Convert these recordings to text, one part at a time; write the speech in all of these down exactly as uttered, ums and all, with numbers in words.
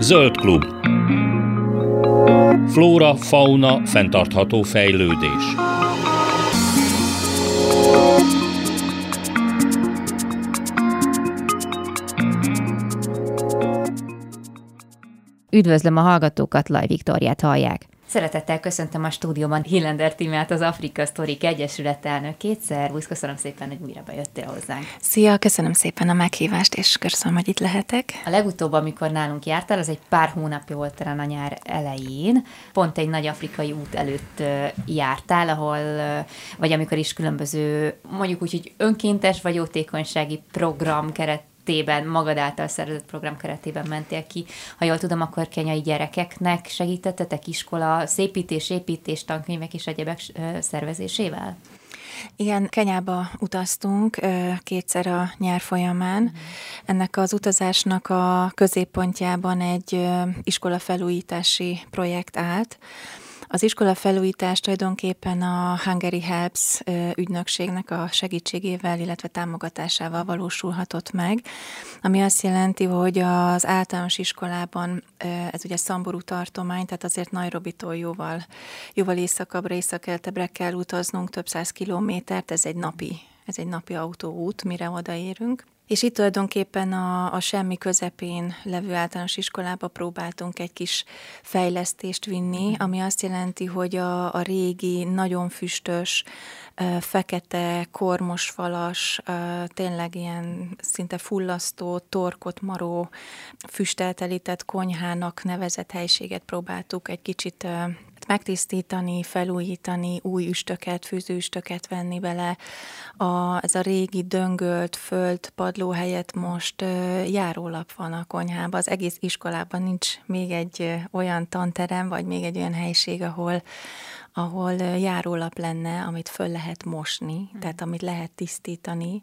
Zöld klub. Flóra, fauna, fenntartható fejlődés. Üdvözlöm a hallgatókat, Laj Viktóriát hallják. Szeretettel köszöntöm a stúdióban Hillender Tímeát, az Afrika Sztorik Egyesület elnökét. Szervusz, köszönöm szépen, hogy újra bejöttél hozzánk. Szia, köszönöm szépen a meghívást, és köszönöm, hogy itt lehetek. A legutóbb, amikor nálunk jártál, az egy pár hónapja volt talán a nyár elején. Pont egy nagy afrikai út előtt jártál, ahol, vagy amikor is különböző, mondjuk úgy, hogy önkéntes vagy jótékonysági program keret keretében, magad által szervezett program keretében mentél ki. Ha jól tudom, akkor kenyai gyerekeknek segítettetek iskola, szépítés, építés, tankönyvek és egyebek szervezésével? Igen, Kenyába utaztunk kétszer a nyár folyamán. Mm. Ennek az utazásnak a középpontjában egy iskolafelújítási projekt állt. Az iskola felújítás tulajdonképpen a Hungary Helps ügynökségnek a segítségével, illetve támogatásával valósulhatott meg, ami azt jelenti, hogy az általános iskolában, ez ugye Samburu tartomány, tehát azért Nairobitól jóval, jóval északabbra, északkeltebbre kell utaznunk, több száz kilométert, ez egy napi, ez egy napi autóút, mire odaérünk. És itt tulajdonképpen a, a semmi közepén levő általános iskolába próbáltunk egy kis fejlesztést vinni, ami azt jelenti, hogy a, a régi, nagyon füstös, fekete, kormosfalas, tényleg ilyen szinte fullasztó, torkot maró, füsteltelített konyhának nevezett helységet próbáltuk egy kicsit megtisztítani, felújítani, új üstöket, fűzőüstöket venni bele. A, ez a régi döngölt földpadló helyett most uh, járólap van a konyhában. Az egész iskolában nincs még egy uh, olyan tanterem, vagy még egy olyan helység, ahol, ahol uh, járólap lenne, amit föl lehet mosni, mm. tehát amit lehet tisztítani.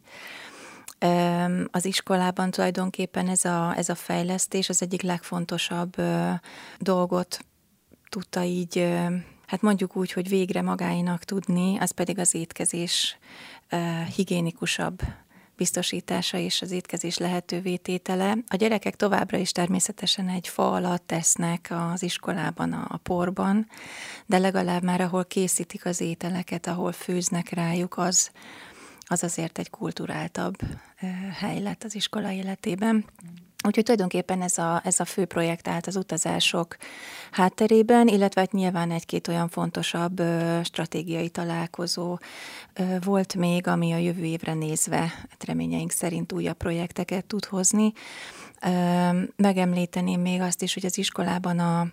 Um, az iskolában tulajdonképpen ez a, ez a fejlesztés az egyik legfontosabb uh, dolgot tudta így, hát mondjuk úgy, hogy végre magáinak tudni, az pedig az étkezés uh, higiénikusabb biztosítása és az étkezés lehetővé tétele. A gyerekek továbbra is természetesen egy fa alatt tesznek az iskolában, a, a porban, de legalább már ahol készítik az ételeket, ahol főznek rájuk, az, az azért egy kulturáltabb uh, hely lett az iskola életében. Úgyhogy tulajdonképpen ez a, ez a fő projekt állt az utazások hátterében, illetve hát nyilván egy-két olyan fontosabb ö, stratégiai találkozó ö, volt még, ami a jövő évre nézve hát reményeink szerint újabb projekteket tud hozni. Ö, megemlíteném még azt is, hogy az iskolában a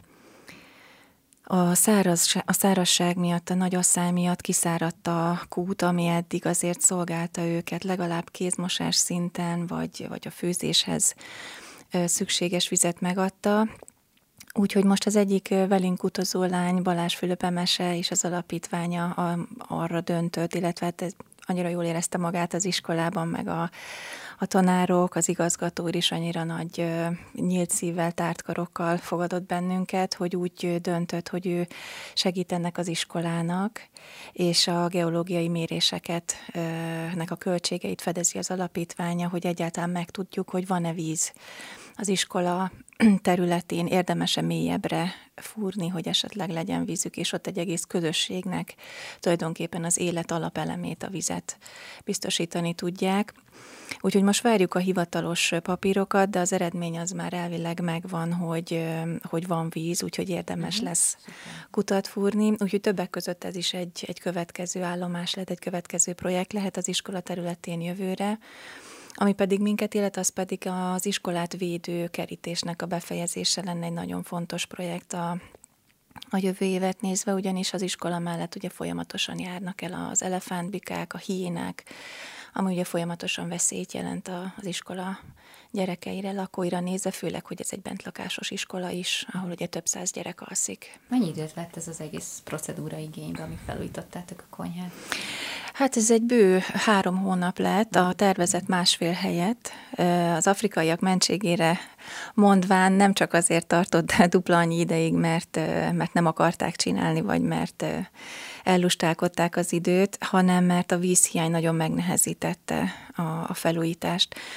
A, száraz, a szárazság miatt, a nagy asszály miatt kiszáradt a kút, ami eddig azért szolgálta őket legalább kézmosás szinten, vagy, vagy a főzéshez szükséges vizet megadta. Úgyhogy most az egyik velünk utazó lány, Balázs Fülöp Emese és az alapítványa a, arra döntött, illetve hát ez, annyira jól érezte magát az iskolában, meg a, a tanárok, az igazgató is annyira nagy nyílt szívvel, tárt karokkal fogadott bennünket, hogy úgy döntött, hogy ő segít ennek az iskolának, és a geológiai méréseket, nek a költségeit fedezi az alapítványa, hogy egyáltalán megtudjuk, hogy van-e víz az iskola területén, érdemes-e mélyebbre fúrni, hogy esetleg legyen vízük, és ott egy egész közösségnek tulajdonképpen az élet alapelemét, a vizet biztosítani tudják. Úgyhogy most várjuk a hivatalos papírokat, de az eredmény az már elvileg megvan, hogy, hogy van víz, úgyhogy érdemes lesz kutat fúrni. Úgyhogy többek között ez is egy, egy következő állomás lehet, egy következő projekt lehet az iskola területén jövőre. Ami pedig minket illet, az pedig az iskolát védő kerítésnek a befejezése lenne egy nagyon fontos projekt a, a jövő évet nézve, ugyanis az iskola mellett ugye folyamatosan járnak el az elefántbikák, a hiénák, ami ugye folyamatosan veszélyt jelent az iskola gyerekeire, lakóira nézve, főleg, hogy ez egy bentlakásos iskola is, ahol ugye több száz gyerek alszik. Mennyi időt vett ez az egész procedúra igénybe, amíg felújítottátok a konyhát? Hát ez egy bő három hónap lett, a tervezett másfél helyett. Az afrikaiak mentségére mondván nem csak azért tartott dupla annyi ideig, mert, mert nem akarták csinálni, vagy mert ellustálkodták az időt, hanem mert a vízhiány nagyon megnehezítette a, a felújítást.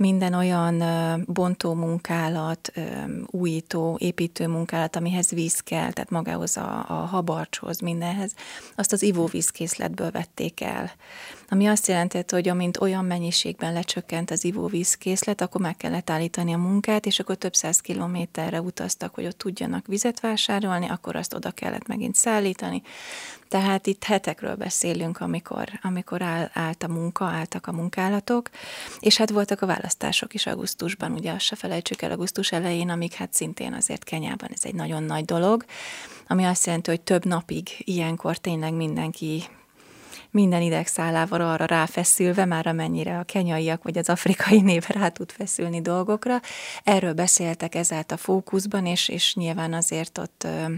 minden olyan bontó munkálat, újító, építő munkálat, amihez víz kell, tehát magához a, a habarcshoz, mindenhez, azt az ivóvízkészletből vették el. Ami azt jelenti, hogy amint olyan mennyiségben lecsökkent az ivóvízkészlet, akkor meg kellett állítani a munkát, és akkor több száz kilométerre utaztak, hogy ott tudjanak vizet vásárolni, akkor azt oda kellett megint szállítani. Tehát itt hetekről beszélünk, amikor, amikor áll, állt a munka, álltak a munkálatok, és hát voltak a választások is augusztusban, ugye azt se felejtsük el augusztus elején, amíg hát szintén azért Kenyában ez egy nagyon nagy dolog, ami azt jelenti, hogy több napig ilyenkor tényleg mindenki minden idegszálával arra ráfeszülve, már amennyire a kenyaiak vagy az afrikai nép rá tud feszülni dolgokra. Erről beszéltek ezáltal a fókuszban, és, és nyilván azért ott ö,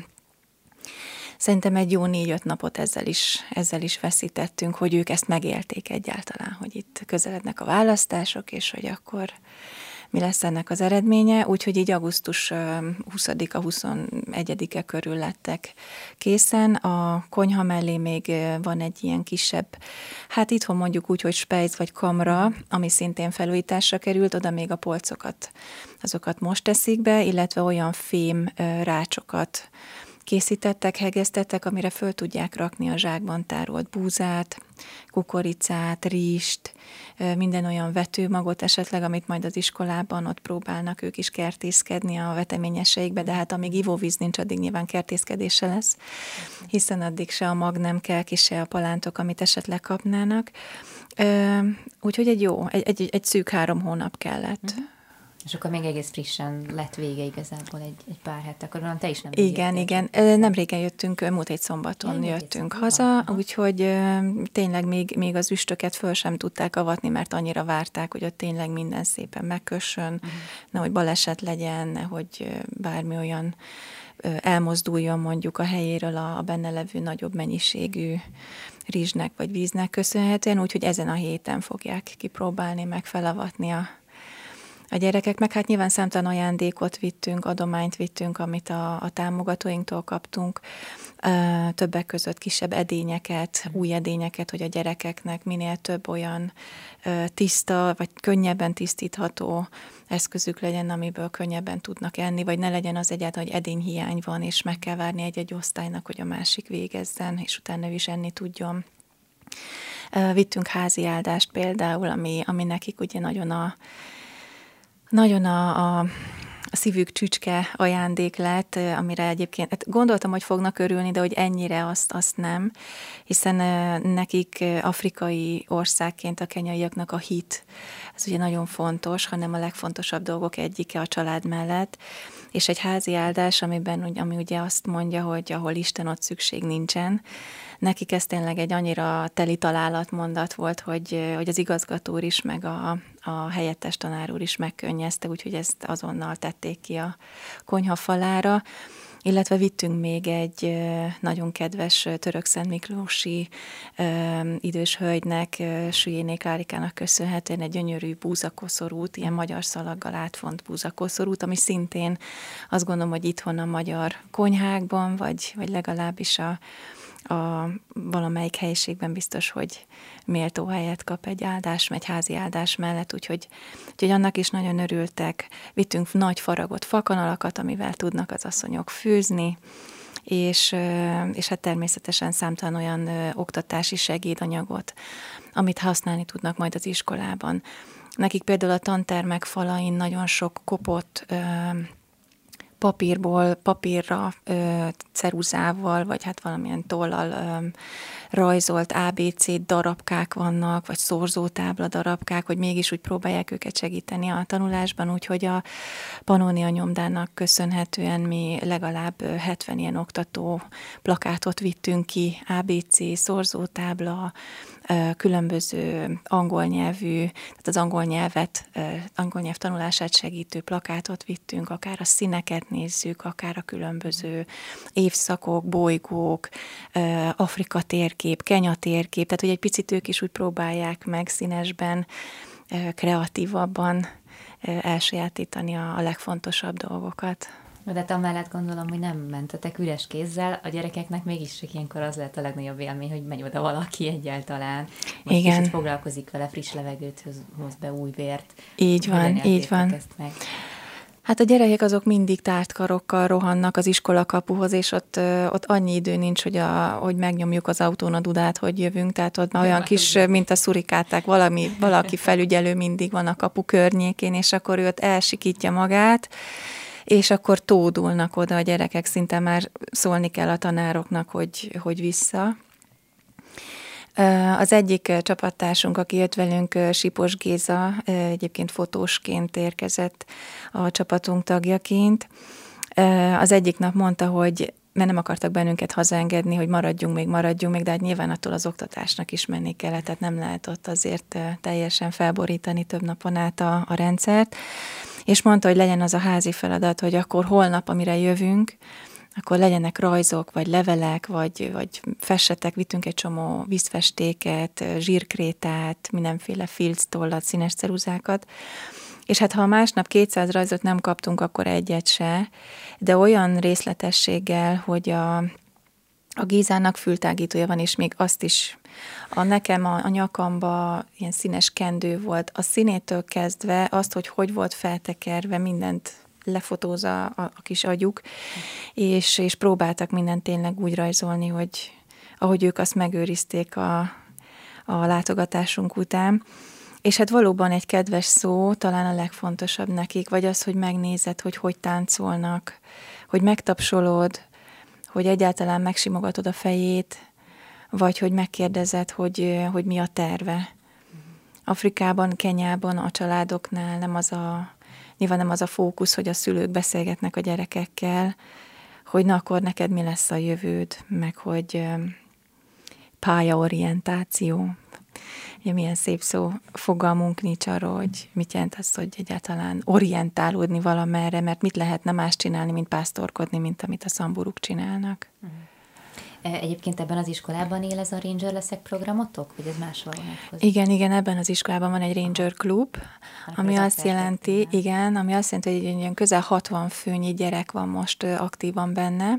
szerintem egy jó négy-öt napot ezzel is, ezzel is veszítettünk, hogy ők ezt megélték egyáltalán, hogy itt közelednek a választások, és hogy akkor mi lesz ennek az eredménye, úgyhogy így augusztus huszadika, huszonegyedike körül lettek készen. A konyha mellé még van egy ilyen kisebb, hát itthon mondjuk úgy, hogy spejz vagy kamra, ami szintén felújításra került, oda még a polcokat, azokat most teszik be, illetve olyan fém rácsokat készítettek, hegesztettek, amire föl tudják rakni a zsákban tárolt búzát, kukoricát, rizst, minden olyan vetőmagot esetleg, amit majd az iskolában ott próbálnak ők is kertészkedni a veteményeseikbe, de hát amíg ivóvíz nincs, addig nyilván kertészkedése lesz, hiszen addig se a mag nem kell ki, se a palántok, amit esetleg kapnának. Úgyhogy egy jó, egy, egy, egy szűk három hónap kellett. Mm. És akkor még egész frissen lett vége igazából egy, egy pár hét, akkor te is nem Igen, igen. Nem régen jöttünk, múlt egy szombaton ja, jöttünk egy haza, aha. Úgyhogy tényleg még, még az üstöket föl sem tudták avatni, mert annyira várták, hogy ott tényleg minden szépen megkössön, uh-huh. nehogy baleset legyen, nehogy bármi olyan elmozduljon mondjuk a helyéről a, a benne levő nagyobb mennyiségű rizsnek vagy víznek köszönhetően, úgyhogy ezen a héten fogják kipróbálni, meg felavatni a A gyerekek, meg hát nyilván számtalan ajándékot vittünk, adományt vittünk, amit a, a támogatóinktól kaptunk, többek között kisebb edényeket, új edényeket, hogy a gyerekeknek minél több olyan tiszta, vagy könnyebben tisztítható eszközük legyen, amiből könnyebben tudnak enni, vagy ne legyen az egyáltalán, hogy edényhiány van, és meg kell várni egy-egy osztálynak, hogy a másik végezzen, és utána ő is enni tudjon. Vittünk házi áldást például, ami, ami nekik ugye nagyon a Nagyon a, a, a szívük csücske ajándék lett, amire egyébként hát gondoltam, hogy fognak örülni, de hogy ennyire azt, azt nem, hiszen nekik afrikai országként a kenyaiaknak a hit, ez ugye nagyon fontos, hanem a legfontosabb dolgok egyike a család mellett, és egy házi áldás, amiben, ami ugye azt mondja, hogy ahol Isten, ott szükség nincsen. Nekik ez tényleg egy annyira teli találatmondat volt, hogy, hogy az igazgató úr is, meg a, a helyettes tanár úr is megkönnyezte, úgyhogy ezt azonnal tették ki a konyha falára. Illetve vittünk még egy nagyon kedves török szentmiklósi idős hölgynek, Sülyéné Klárikának köszönhetően egy gyönyörű búzakoszorút, ilyen magyar szalaggal átfont búzakoszorút, ami szintén azt gondolom, hogy itthon a magyar konyhákban, vagy, vagy legalábbis a a valamelyik helyiségben biztos, hogy méltó helyet kap egy áldás, egy házi áldás mellett, úgyhogy, úgyhogy annak is nagyon örültek. Vittünk nagy faragott fakanalakat, amivel tudnak az asszonyok főzni, és, és hát természetesen számtalan olyan oktatási segédanyagot, amit használni tudnak majd az iskolában. Nekik például a tantermek falain nagyon sok kopott papírból, papírra, ö, ceruzával, vagy hát valamilyen tollal ö, rajzolt á bé cé darabkák vannak, vagy szorzótábla darabkák, hogy mégis úgy próbálják őket segíteni a tanulásban, úgyhogy a Pannonia nyomdának köszönhetően mi legalább hetven ilyen oktató plakátot vittünk ki, á bé cé, szorzótábla, különböző angol nyelvű, tehát az angol nyelvet, angol nyelv tanulását segítő plakátot vittünk, akár a színeket nézzük, akár a különböző évszakok, bolygók, Afrika térkép, Kenya térkép, tehát hogy egy picit ők is úgy próbálják meg színesben, kreatívabban elsajátítani a, a legfontosabb dolgokat. De te amellett gondolom, hogy nem mentetek üres kézzel, a gyerekeknek mégis ilyenkor az lehet a legnagyobb élmény, hogy megy oda valaki egyáltalán. Most igen. kicsit foglalkozik vele, friss levegőt hoz, hoz be, új vért. Így van, így van. Ezt meg? Hát a gyerekek azok mindig tárt karokkal rohannak az iskolakapuhoz, és ott, ott annyi idő nincs, hogy, a, hogy megnyomjuk az autón a dudát, hogy jövünk, tehát ott olyan kis, mint a szurikáták, valami, valaki felügyelő mindig van a kapu környékén, és akkor ő ott elsikítja magát, és akkor tódulnak oda a gyerekek, szinte már szólni kell a tanároknak, hogy, hogy vissza. Az egyik csapattársunk, aki jött velünk, Sipos Géza, egyébként fotósként érkezett a csapatunk tagjaként. Az egyik nap mondta, hogy mert nem akartak bennünket hazaengedni, hogy maradjunk még, maradjunk még, de hát nyilván attól az oktatásnak is menni kellett, tehát nem lehet ott azért teljesen felborítani több napon át a, a rendszert. És mondta, hogy legyen az a házi feladat, hogy akkor holnap, amire jövünk, akkor legyenek rajzok, vagy levelek, vagy, vagy fessetek, vittünk egy csomó vízfestéket, zsírkrétát, mindenféle filctollat, színes ceruzákat, és hát ha másnap kétszáz rajzot nem kaptunk, akkor egyet se, de olyan részletességgel, hogy a, a Gézának fültágítója van, és még azt is, a nekem a, a nyakamba ilyen színes kendő volt, a színétől kezdve azt, hogy hogy volt feltekerve, mindent lefotózza a, a kis agyuk, és, és próbáltak mindent tényleg úgy rajzolni, hogy ahogy ők azt megőrizték a, a látogatásunk után. És hát valóban egy kedves szó, talán a legfontosabb nekik, vagy az, hogy megnézed, hogy hogy táncolnak, hogy megtapsolod, hogy egyáltalán megsimogatod a fejét, vagy hogy megkérdezed, hogy, hogy mi a terve. Afrikában, Kenyában a családoknál nem az a Nyilván nem az a fókusz, hogy a szülők beszélgetnek a gyerekekkel, hogy na akkor neked mi lesz a jövőd, meg hogy pályaorientáció. Ja, milyen szép szó, fogalmunk nincs arról, hogy mit jelent az, hogy egyáltalán orientálódni valamerre, mert mit lehetne más csinálni, mint pásztorkodni, mint amit a szamburuk csinálnak. Egyébként ebben az iskolában él ez a Ranger leszek programotok, vagy ez máshol vonatkozik? Igen, igen, ebben az iskolában van egy Ranger klub, ami azt jelenti, igen, ami azt jelenti, hogy egy ilyen közel hatvan főnyi gyerek van most aktívan benne.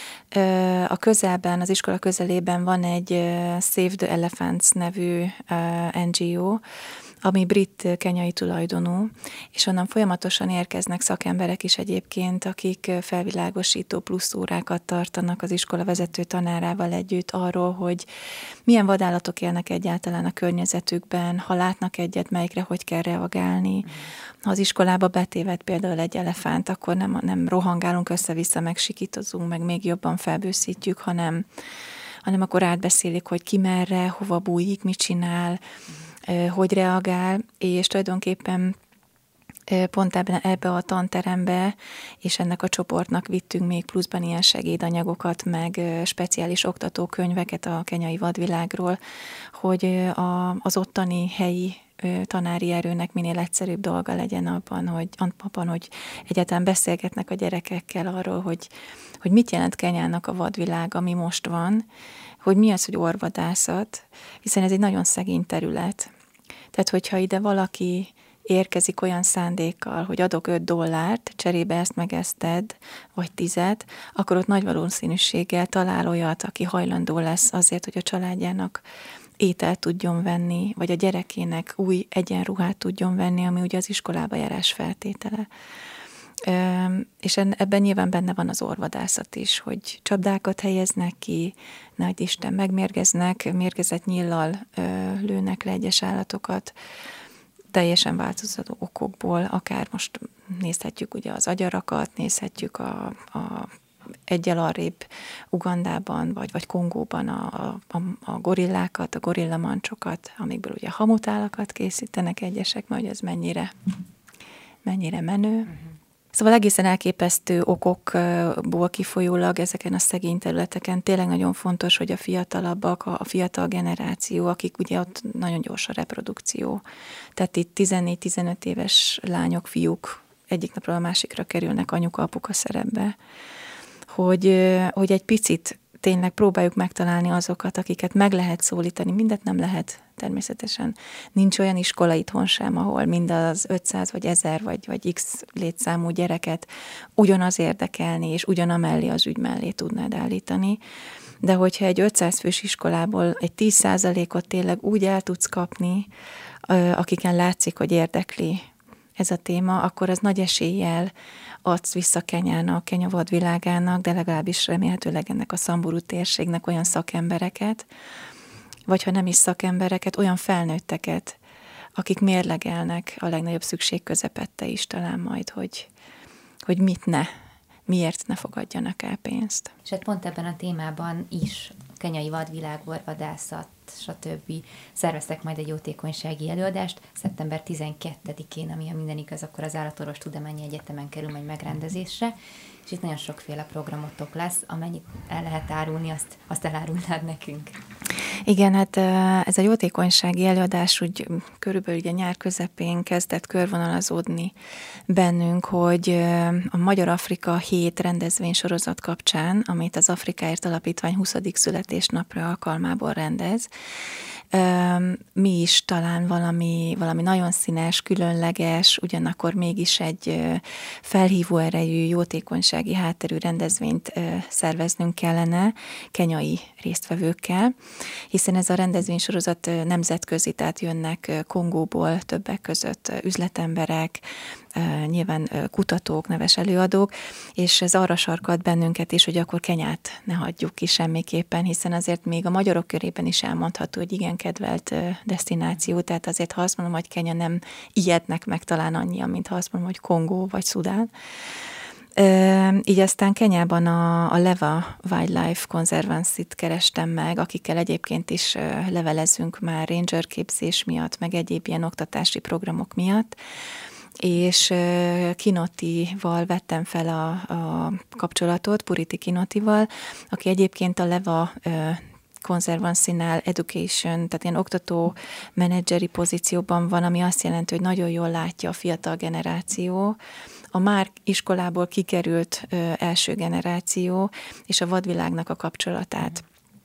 A közelben, az iskola közelében van egy Save the Elephants nevű en gé o, ami brit-kenyai tulajdonú, és onnan folyamatosan érkeznek szakemberek is egyébként, akik felvilágosító plusz órákat tartanak az iskola vezető tanárával együtt arról, hogy milyen vadállatok élnek egyáltalán a környezetükben, ha látnak egyet, melyikre hogy kell reagálni. Ha az iskolába betéved például egy elefánt, akkor nem, nem rohangálunk össze-vissza, meg sikítozunk, meg még jobban felbőszítjük, hanem, hanem akkor átbeszélik, hogy ki merre, hova bújik, mit csinál, hogy reagál, és tulajdonképpen pont ebben, ebbe a tanterembe, és ennek a csoportnak vittünk még pluszban ilyen segédanyagokat, meg speciális oktatókönyveket a kenyai vadvilágról, hogy a, az ottani helyi tanári erőnek minél egyszerűbb dolga legyen abban, hogy, abban, hogy egyáltalán beszélgetnek a gyerekekkel arról, hogy, hogy mit jelent Kenyának a vadvilág, ami most van, hogy mi az, hogy orvadászat, hiszen ez egy nagyon szegény terület. Tehát, hogyha ide valaki érkezik olyan szándékkal, hogy adok öt dollárt, cserébe ezt meg ezt tedd, vagy tizet, akkor ott nagy valószínűséggel talál olyat, aki hajlandó lesz azért, hogy a családjának ételt tudjon venni, vagy a gyerekének új egyenruhát tudjon venni, ami ugye az iskolába járás feltétele. És ebben nyilván benne van az orvadászat is, hogy csapdákat helyeznek ki, nagy Isten megmérgeznek, mérgezett nyíllal lőnek le egyes állatokat, teljesen változó okokból, akár most nézhetjük ugye az agyarakat, nézhetjük a, a egyel arrébb Ugandában, vagy, vagy Kongóban a, a, a gorillákat, a gorillamancsokat, amikből ugye hamutálakat készítenek egyesek, mert ez mennyire, mennyire menő. Uh-huh. Szóval egészen elképesztő okokból kifolyólag ezeken a szegény területeken tényleg nagyon fontos, hogy a fiatalabbak, a fiatal generáció, akik ugye ott nagyon gyors a reprodukció. Tehát itt tizennégy-tizenöt éves lányok, fiúk egyik napról a másikra kerülnek anyuka-apuka szerepbe, hogy, hogy egy picit tényleg próbáljuk megtalálni azokat, akiket meg lehet szólítani, mindet nem lehet természetesen nincs olyan iskola itthon sem, ahol mind az ötszáz vagy ezer vagy, vagy x létszámú gyereket ugyanaz érdekelni, és ugyanamellé az ügy mellé tudnád állítani. De hogyha egy ötszáz fős iskolából egy tíz százalékot tényleg úgy el tudsz kapni, akiken látszik, hogy érdekli ez a téma, akkor az nagy eséllyel adsz vissza Kenyának, Kenya vadvilágának, de legalábbis remélhetőleg ennek a Samburu térségnek olyan szakembereket, vagy ha nem is szakembereket, olyan felnőtteket, akik mérlegelnek a legnagyobb szükség közepette is talán majd, hogy, hogy mit ne, miért ne fogadjanak el pénzt. És hát pont ebben a témában is kenyai vadvilág, vadászat, stb. Szerveztek majd egy jótékonysági előadást szeptember tizenkettedikén, ami ha minden igaz, akkor az Állatorvos Tudományi Egyetemen kerül majd megrendezésre, és itt nagyon sokféle programotok lesz, amennyit el lehet árulni, azt, azt elárulnád nekünk. Igen, hát ez a jótékonysági előadás úgy körülbelül ugye nyár közepén kezdett körvonalazódni bennünk, hogy a Magyar-Afrika hét rendezvénysorozat kapcsán, amit az Afrikáért Alapítvány huszadik születésnapja alkalmából rendez, mi is talán valami, valami nagyon színes, különleges, ugyanakkor mégis egy felhívó erejű, jótékonysági hátterű rendezvényt szerveznünk kellene kenyai résztvevőkkel, hiszen ez a rendezvénysorozat nemzetközi, tehát jönnek Kongóból többek között üzletemberek, nyilván kutatók, neves előadók, és ez arra sarkalt bennünket is, hogy akkor Kenyát ne hagyjuk ki semmiképpen, hiszen azért még a magyarok körében is elmondható, hogy igen kedvelt desztináció, tehát azért ha azt mondom, hogy Kenya, nem ijednek meg talán annyian, mint ha azt mondom, hogy Kongó vagy Szudán. Így aztán Kenyában a, a Leva Wildlife Conservancy-t kerestem meg, akikkel egyébként is levelezünk már ranger képzés miatt, meg egyéb ilyen oktatási programok miatt, és Kinotival vettem fel a, a kapcsolatot, Puriti Kinotival, aki egyébként a Leva Conservancy-nál education, tehát ilyen oktató menedzseri pozícióban van, ami azt jelenti, hogy nagyon jól látja a fiatal generáció, a már iskolából kikerült ö, első generáció és a vadvilágnak a kapcsolatát.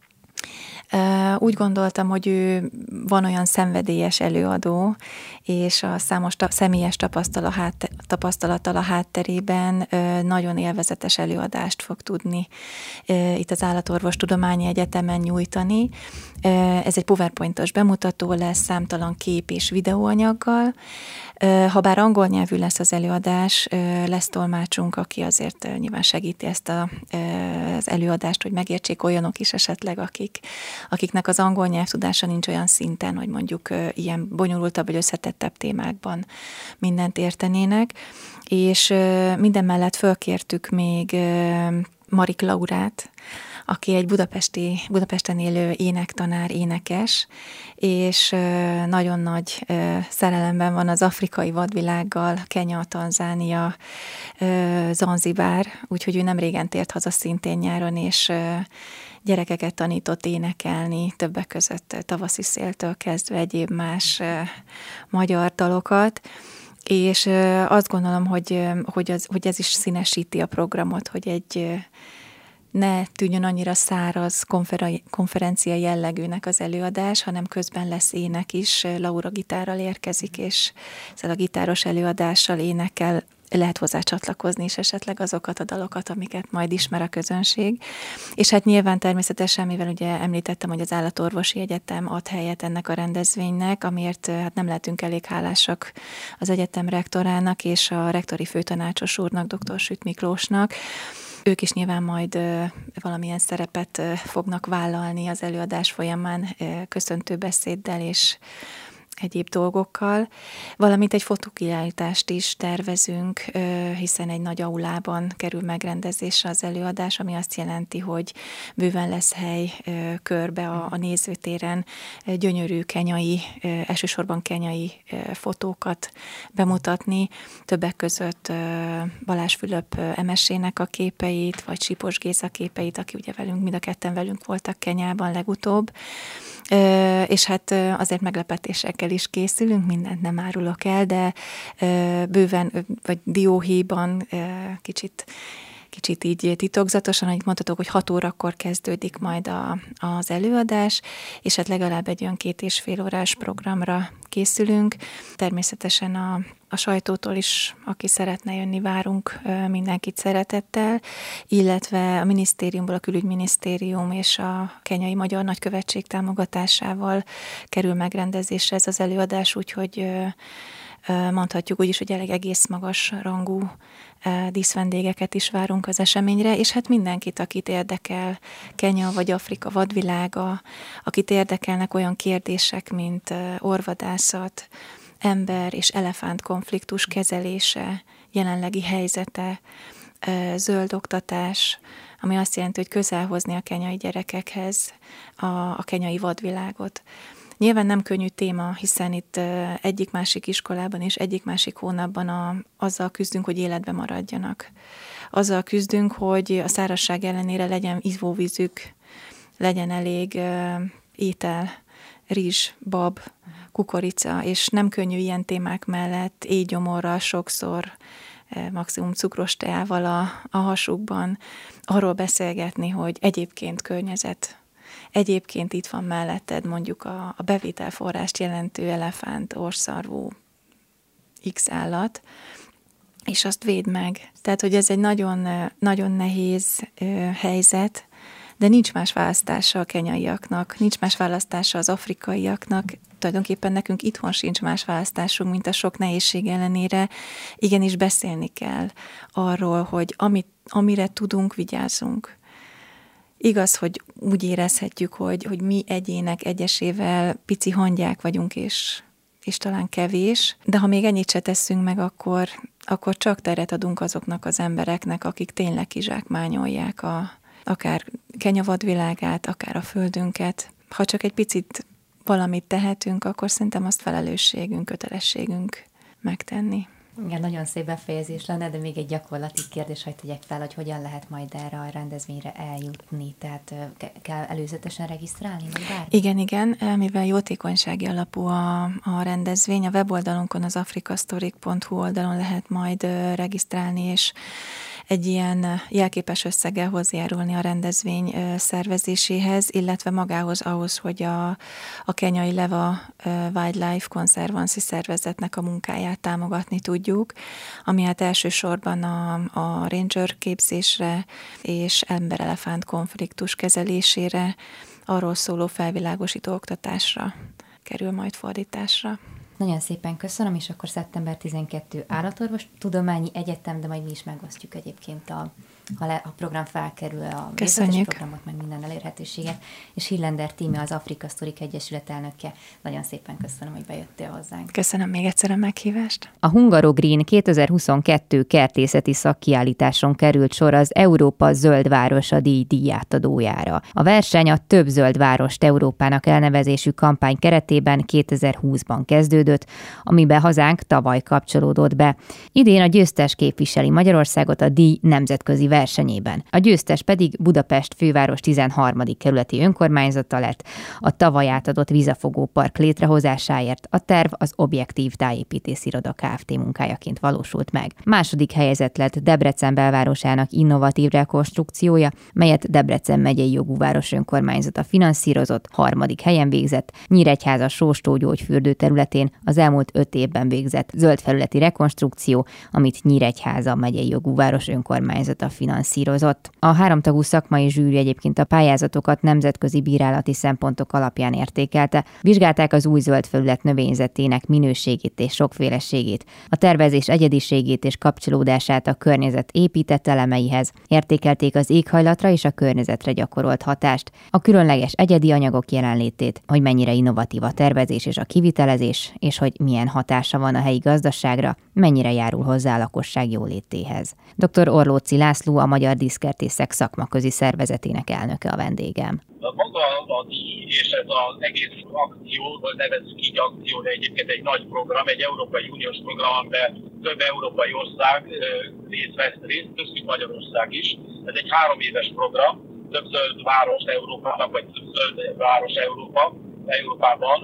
Úgy gondoltam, hogy ő van olyan szenvedélyes előadó, és a számos ta- személyes tapasztalattal a hátterében nagyon élvezetes előadást fog tudni itt az Állatorvos Tudományi Egyetemen nyújtani. Ez egy PowerPointos bemutató lesz, számtalan kép és videóanyaggal. Habár angol nyelvű lesz az előadás, lesz tolmácsunk, aki azért nyilván segíti ezt a, az előadást, hogy megértsék olyanok is esetleg, akik, akiknek az angol nyelvtudása nincs olyan szinten, hogy mondjuk ilyen bonyolultabb vagy összetettebb témákban mindent értenének. És minden mellett fölkértük még Marik Laurát, aki egy budapesti, Budapesten élő énektanár, énekes, és nagyon nagy szerelemben van az afrikai vadvilággal, Kenya, Tanzánia, Zanzibár, úgyhogy ő nem régen tért haza szintén nyáron, és gyerekeket tanított énekelni, többek között Tavaszi széltől kezdve egyéb más magyar dalokat, és azt gondolom, hogy, hogy, az, hogy ez is színesíti a programot, hogy egy ne tűnjön annyira száraz konfer- konferencia jellegűnek az előadás, hanem közben lesz ének is, Laura gitárral érkezik, és ezzel a gitáros előadással, énekkel lehet hozzá csatlakozni is esetleg azokat a dalokat, amiket majd ismer a közönség. És hát nyilván természetesen, mivel ugye említettem, hogy az Állatorvosi Egyetem ad helyet ennek a rendezvénynek, amiért hát nem lehetünk elég hálásak az egyetem rektorának és a rektori főtanácsos úrnak, dr. Süt Miklósnak. Ők is nyilván majd valamilyen szerepet fognak vállalni az előadás folyamán köszöntőbeszéddel és egyéb dolgokkal, valamint egy fotókiállítást is tervezünk, hiszen egy nagy aulában kerül megrendezésre az előadás, ami azt jelenti, hogy bőven lesz hely körbe a, a nézőtéren gyönyörű kenyai, elsősorban kenyai fotókat bemutatni, többek között Balázs Fülöp emesének a képeit, vagy Sipos Géza képeit, aki ugye velünk, mind a ketten velünk voltak Kenyában legutóbb, és hát azért meglepetésekkel is készülünk, mindent nem árulok el, de bőven, vagy dióhéjban kicsit kicsit így titokzatosan, ahogy mondhatok, hogy hat órakor kezdődik majd a, az előadás, és hát legalább egy olyan két és fél órás programra készülünk. Természetesen a, a sajtótól is, aki szeretne jönni, várunk mindenkit szeretettel, illetve a minisztériumból, a külügyminisztérium és a kenyai magyar nagykövetség támogatásával kerül megrendezésre ez az előadás, úgyhogy mondhatjuk úgy is, hogy elég egész magas rangú díszvendégeket is várunk az eseményre, és hát mindenkit, akit érdekel Kenya vagy Afrika vadvilága, akit érdekelnek olyan kérdések, mint orvadászat, ember és elefánt konfliktus kezelése, jelenlegi helyzete, zöld oktatás, ami azt jelenti, hogy közel hozni a kenyai gyerekekhez a, a kenyai vadvilágot. Nyilván nem könnyű téma, hiszen itt egyik-másik iskolában és egyik-másik hónapban a, azzal küzdünk, hogy életbe maradjanak. Azzal küzdünk, hogy a szárazság ellenére legyen ivóvízük, legyen elég étel, rizs, bab, kukorica, és nem könnyű ilyen témák mellett éjgyomorral sokszor, maximum cukros teával a, a hasukban arról beszélgetni, hogy egyébként környezet, egyébként itt van melletted mondjuk a, a bevételforrást jelentő elefánt, orrszarvú X állat, és azt védd meg. Tehát, hogy ez egy nagyon, nagyon nehéz ö, helyzet, de nincs más választása a kenyaiaknak, nincs más választása az afrikaiaknak, tulajdonképpen nekünk itthon sincs más választásunk, mint a sok nehézség ellenére. Igenis beszélni kell arról, hogy amit, amire tudunk, vigyázzunk. Igaz, hogy úgy érezhetjük, hogy, hogy mi egyének egyesével pici hangyák vagyunk, és, és talán kevés, de ha még ennyit se tesszünk meg, akkor, akkor csak teret adunk azoknak az embereknek, akik tényleg kizsákmányolják a, akár Kenya vadvilágát, akár a földünket. Ha csak egy picit valamit tehetünk, akkor szerintem azt felelősségünk, kötelességünk megtenni. Igen, nagyon szép befejezés lenne, de még egy gyakorlati kérdés, hogy tegyek fel, hogy hogyan lehet majd erre a rendezvényre eljutni, tehát kell előzetesen regisztrálni, vagy bármi? Igen, igen, mivel jótékonysági alapú a, a rendezvény, a weboldalunkon, az africastorik pont hu oldalon lehet majd regisztrálni, és egy ilyen jelképes összeggel hozzájárulni a rendezvény szervezéséhez, illetve magához ahhoz, hogy a, a kenyai Leva Wildlife Conservancy szervezetnek a munkáját támogatni tudjuk, ami hát elsősorban a, a ranger képzésre és ember-elefánt konfliktus kezelésére, arról szóló felvilágosító oktatásra kerül majd fordításra. Nagyon szépen köszönöm, és akkor szeptember tizenkettő Állatorvos Tudományi Egyetem, de majd mi is megosztjuk egyébként, a, ha le, a program felkerül, a részletes programot, meg minden elérhetőséget, és Hillender Tíme, az Africastorik Egyesület elnöke. Nagyon szépen köszönöm, hogy bejöttél hozzánk. Köszönöm még egyszer a meghívást. A Hungarogreen kétezer-huszonkettő kertészeti szakkiállításon került sor az Európa Zöld Városa díj díjátadójára. A verseny a Több zöld várost Európának elnevezésű kampány keretében kétezer-húszban kezdődött, amiben hazánk tavaly kapcsolódott be. Idén a győztes képviseli Magyarországot a díj nemzetközi versenyében. A győztes pedig Budapest főváros tizenharmadik kerületi önkormányzata lett. A tavaly átadott vízafogópark létrehozásáért a terv az Objektív Tájépítésziroda Kft. Munkájaként valósult meg. Második helyezett lett Debrecen belvárosának innovatív rekonstrukciója, melyet Debrecen megyei jogú város önkormányzata finanszírozott, harmadik helyen végzett Nyíregyháza Sóstógyógyfürdő területén az elmúlt öt évben végzett zöldfelületi rekonstrukció, amit Nyíregyháza megyei jogú város önkormányzata finanszírozott. A háromtagú szakmai zsűri egyébként a pályázatokat nemzetközi bírálati szempontok alapján értékelte, vizsgálták az új zöldfelület növényzetének minőségét és sokféleségét, a tervezés egyediségét és kapcsolódását a környezet épített elemeihez, értékelték az éghajlatra és a környezetre gyakorolt hatást, a különleges egyedi anyagok jelenlétét, hogy mennyire innovatív a tervezés és a kivitelezés, és hogy milyen hatása van a helyi gazdaságra, mennyire járul hozzá a lakosság jólétéhez. doktor Orlóczy László, a Magyar Díszkertészek Szakmaközi Szervezetének elnöke a vendégem. Maga a díj és ez az egész akció, vagy nevezzük így akció, de egyébként egy nagy program, egy Európai Uniós program, amiben több európai ország részt vesz részt, köztük Magyarország is. Ez egy három éves program, több zöld város Európának, vagy több zöld város Európa, Európában.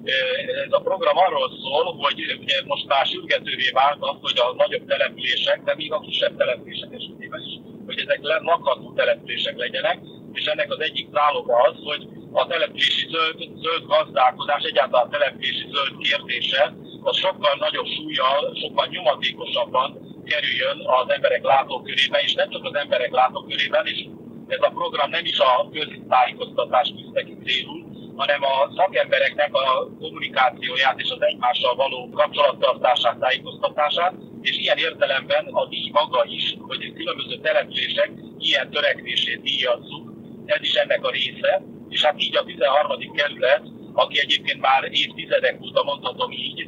Ez a program arról szól, hogy ugye most már sürgetővé vált az, hogy a nagyobb települések, de még a kisebb települések esetében is, hogy hogy ezek lakható települések legyenek, és ennek az egyik záloga az, hogy a települési zöld, zöld gazdálkodás, egyáltalán a települési zöld kérdése, az sokkal nagyobb súllyal, sokkal nyomatékosabban kerüljön az emberek látókörében, és nem csak az emberek látókörében, és ez a program nem is a köztájékoztatást tűzte ki célul, hanem a szakembereknek a kommunikációját és az egymással való kapcsolattartását, tájékoztatását, és ilyen értelemben a díj maga is, hogy különböző települések ilyen törekvését díjazzuk, ez is ennek a része, és hát így a tizenharmadik kerület, aki egyébként már évtizedek óta, mondhatom így,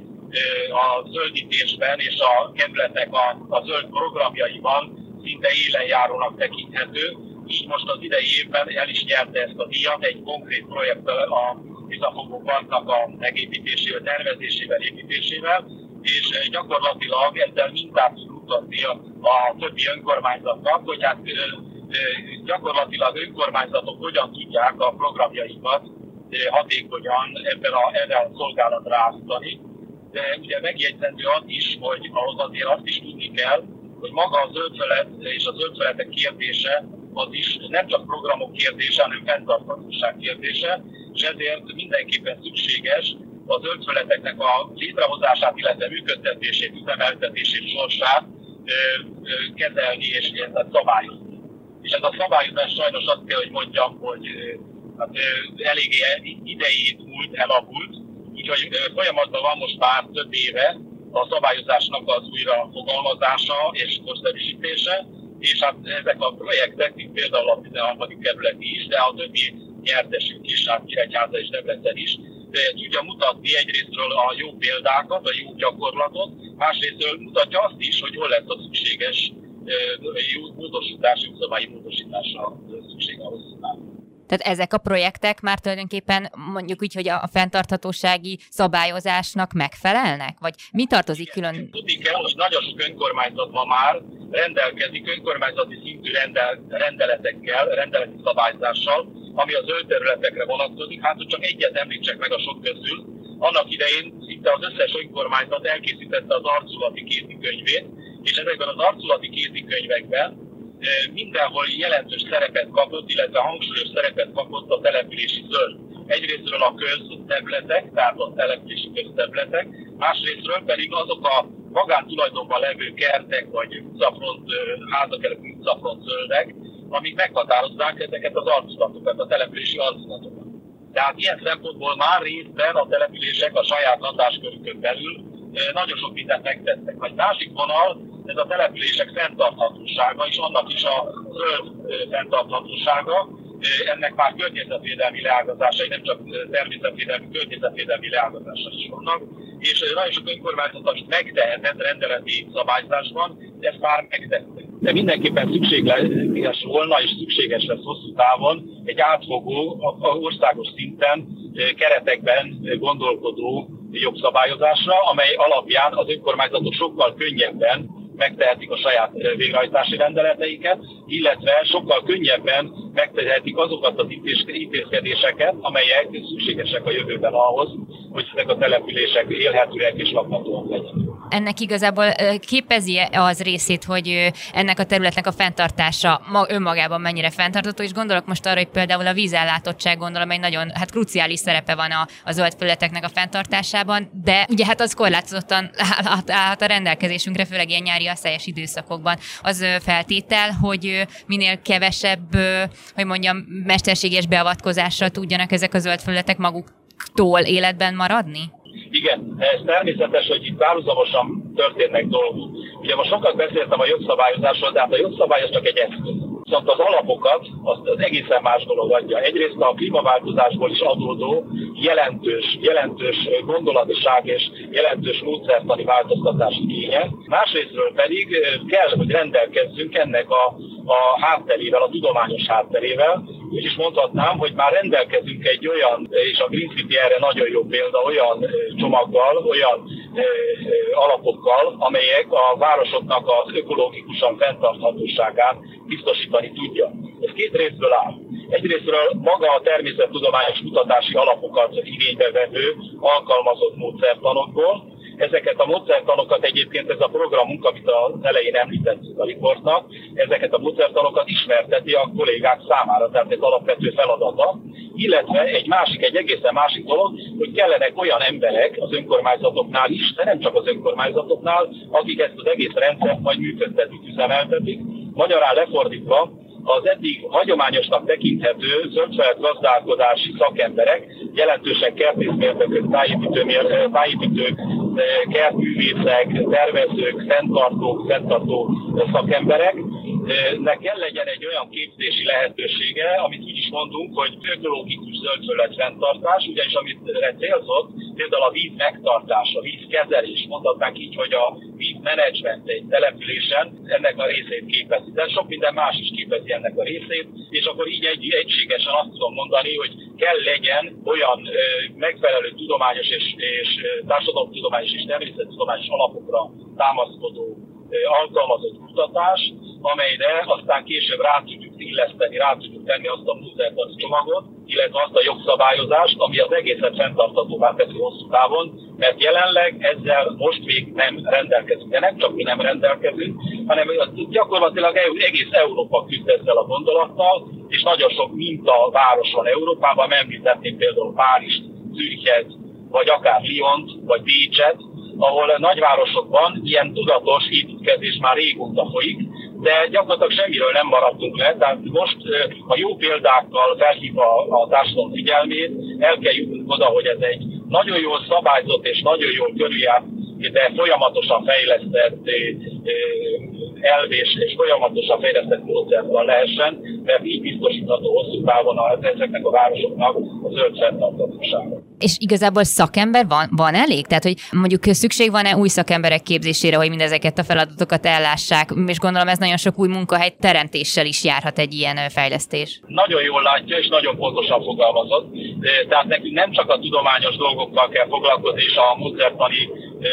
a zöldítésben és a kerületnek a, a zöld programjaiban szinte élenjárónak tekinthető, így most az idei évben el is nyerte ezt a díjat egy konkrét projekttel, a Visszafogó Parknak a megépítésével, tervezésével, építésével, és gyakorlatilag ezzel mintát tud mutatni a, a többi önkormányzatnak, hogy hát gyakorlatilag önkormányzatok hogyan tudják a programjaikat hatékonyan ebben a, erre a szolgálatra állítani. De ugye megjegyzendő az is, hogy ahhoz azért azt is tudni kell, hogy maga a zöldfelet és a zöldfeletek kérdése az is nem csak programok kérdése, hanem fenntarthatóság kérdése, és ezért mindenképpen szükséges a zöldfeleteknek a létrehozását, illetve működtetését, üzemeltetését, sorsát ö, ö, kezelni és ezt szabályozni. És ez a szabályozás sajnos azt kell, hogy mondjam, hogy ö, hát, ö, eléggé idejét múlt, elavult, úgyhogy ö, folyamatban van most már több éve a szabályozásnak az újrafogalmazása és korszerűsítése, és hát ezek a projektek, mint például a tizenharmadik kerületi is, de a többi nyertesünk is, hát Nyíregyháza és Debrecen is, de tudja mutatni egyrésztről a jó példákat, a jó gyakorlatot, másrésztről mutatja azt is, hogy hol lesz a szükséges jó módosítás, jogszabályi módosításra szükség ahhoz. Tehát ezek a projektek már tulajdonképpen mondjuk úgy, hogy a fenntarthatósági szabályozásnak megfelelnek? Vagy mi tartozik külön? Tudni kell, hogy nagyon sok önkormányzat ma már rendelkezik önkormányzati szintű rendel, rendeletekkel, rendeleti szabályzással, ami a zöld területekre vonatkozik. Hát, hogy csak egyet említsek meg a sok közül, annak idején szinte az összes önkormányzat elkészítette az arculati kézikönyvét, és ezekben az arculati kézikönyvekben mindenhol jelentős szerepet kapott, illetve hangsúlyos szerepet kapott a települési zöld. Egyrésztről a közterületek, tehát a települési közterületek, másrésztről pedig azok a magántulajdonban levő kertek, vagy utcafront, házak előtt utcafront zöldek, amik meghatározzák ezeket az arculatokat, a települési arculatokat. Tehát ilyen szempontból már részben a települések a saját hatáskörükön belül nagyon sok mindent megtettek. Egy másik vonal, ez a települések fenntarthatósága, és annak is a zöld fenntarthatósága. Ennek már környezetvédelmi leágazásai, nem csak természetvédelmi, környezetvédelmi leágazásai is vannak. És nagyon sok önkormányzat, amit megtehetett rendeleti szabályzásban, ezt már megtette. De mindenképpen szükséges volna, és szükséges lesz hosszú távon egy átfogó, országos szinten, keretekben gondolkodó jogszabályozásra, amely alapján az önkormányzatok sokkal könnyebben megtehetik a saját végrehajtási rendeleteiket, illetve sokkal könnyebben megtehetik azokat az intézkedéseket, amelyek szükségesek a jövőben ahhoz, hogy ezek a települések élhetőek és lakhatóak legyenek. Ennek igazából képezi az részét, hogy ennek a területnek a fenntartása önmagában mennyire fenntartható, és gondolok most arra, hogy például a vízellátottság, gondolom, egy nagyon hát kruciális szerepe van a, a zöld felületeknek a fenntartásában, de ugye hát az korlátozottan állhat, állhat a rendelkezésünkre, főleg ilyen nyári asszályos időszakokban. Az feltétel, hogy minél kevesebb, hogy mondjam, mesterséges beavatkozással tudjanak ezek a zöld felületek maguktól életben maradni? Igen, ez természetes, hogy itt párhuzamosan történnek dolgok. Ugye most sokat beszéltem a jogszabályozásról, de hát a jogszabály az csak egy eszköz. Viszont az alapokat azt az egészen más dolog adja. Egyrészt a klímaváltozásból is adódó jelentős, jelentős gondolatiság és jelentős módszertani változtatás igénye. Másrésztről pedig kell, hogy rendelkezzünk ennek a, a hátterével, a tudományos hátterével. Úgy is mondhatnám, hogy már rendelkezünk egy olyan, és a Green City erre nagyon jó példa, olyan csomaggal, olyan e, e, alapokkal, amelyek a városoknak az ökológikusan fenntarthatóságát biztosítani tudja. Ez két részből áll. Egyrésztről maga a természettudományos kutatási alapokat igénybe vevő alkalmazott módszertanokból, Ezeket a módszertanokat egyébként ez a programunk, amit az elején említettük a riportnak, ezeket a módszertanokat ismerteti a kollégák számára, tehát ez alapvető feladata. Illetve egy másik, egy egészen másik dolog, hogy kellenek olyan emberek az önkormányzatoknál is, de nem csak az önkormányzatoknál, akik ezt az egész rendszert majd működtetik, üzemeltetik. Magyarán lefordítva, az eddig hagyományosnak tekinthető zöldfelett gazdálkodási szakemberek, jelentősen kertészmérnökök, tájépítők, tájépítők, kertművészek, tervezők, fenntartók, fenntartó szakemberek, nek kell legyen egy olyan képzési lehetősége, amit úgy is mondunk, hogy ökológikus zöldfelett fenntartás, ugyanis amit célzott, például a víz megtartás, a vízkezelés, mondhatnánk így, hogy a vízmenedzsment egy településen ennek a részét képezi. De sok minden más is képezi ennek a részét, és akkor így egy, egységesen azt tudom mondani, hogy kell legyen olyan ö, megfelelő tudományos és, és társadalomtudományos és természettudományos alapokra támaszkodó alkalmazott kutatás, amelyre aztán később rá tudjuk illeszteni, rá tudjuk tenni azt a módszertani csomagot, illetve azt a jogszabályozást, ami az egészet fenntarthatóvá teszi hosszú távon, mert jelenleg ezzel most még nem rendelkezünk. De nem csak mi nem rendelkezünk, hanem gyakorlatilag egész Európa küzd ezzel a gondolattal, és nagyon sok mintaváros van Európában, említetném például Párizst, Zürichet, vagy akár Lyont, vagy Bécset, ahol nagyvárosokban ilyen tudatos építkezés már régóta folyik, de gyakorlatilag semmiről nem maradtunk le, tehát most a jó példákkal felhívva a társadalom figyelmét, el kell jutnunk oda, hogy ez egy nagyon jól szabályzott és nagyon jól körüljárt, de folyamatosan fejlesztett elvés és folyamatosan fejlesztett módszertan lehessen, mert így biztosítható hosszú távon a, ezeknek a városoknak a zöld fenntarthatósága. És igazából szakember van, van elég? Tehát, hogy mondjuk szükség van-e új szakemberek képzésére, hogy mindezeket a feladatokat ellássák, és gondolom ez nagyon sok új munkahely teremtéssel is járhat egy ilyen fejlesztés. Nagyon jól látja, és nagyon pontosan fogalmazott. Tehát nekünk nem csak a tudományos dolgokkal kell foglalkozni, és a módszertani,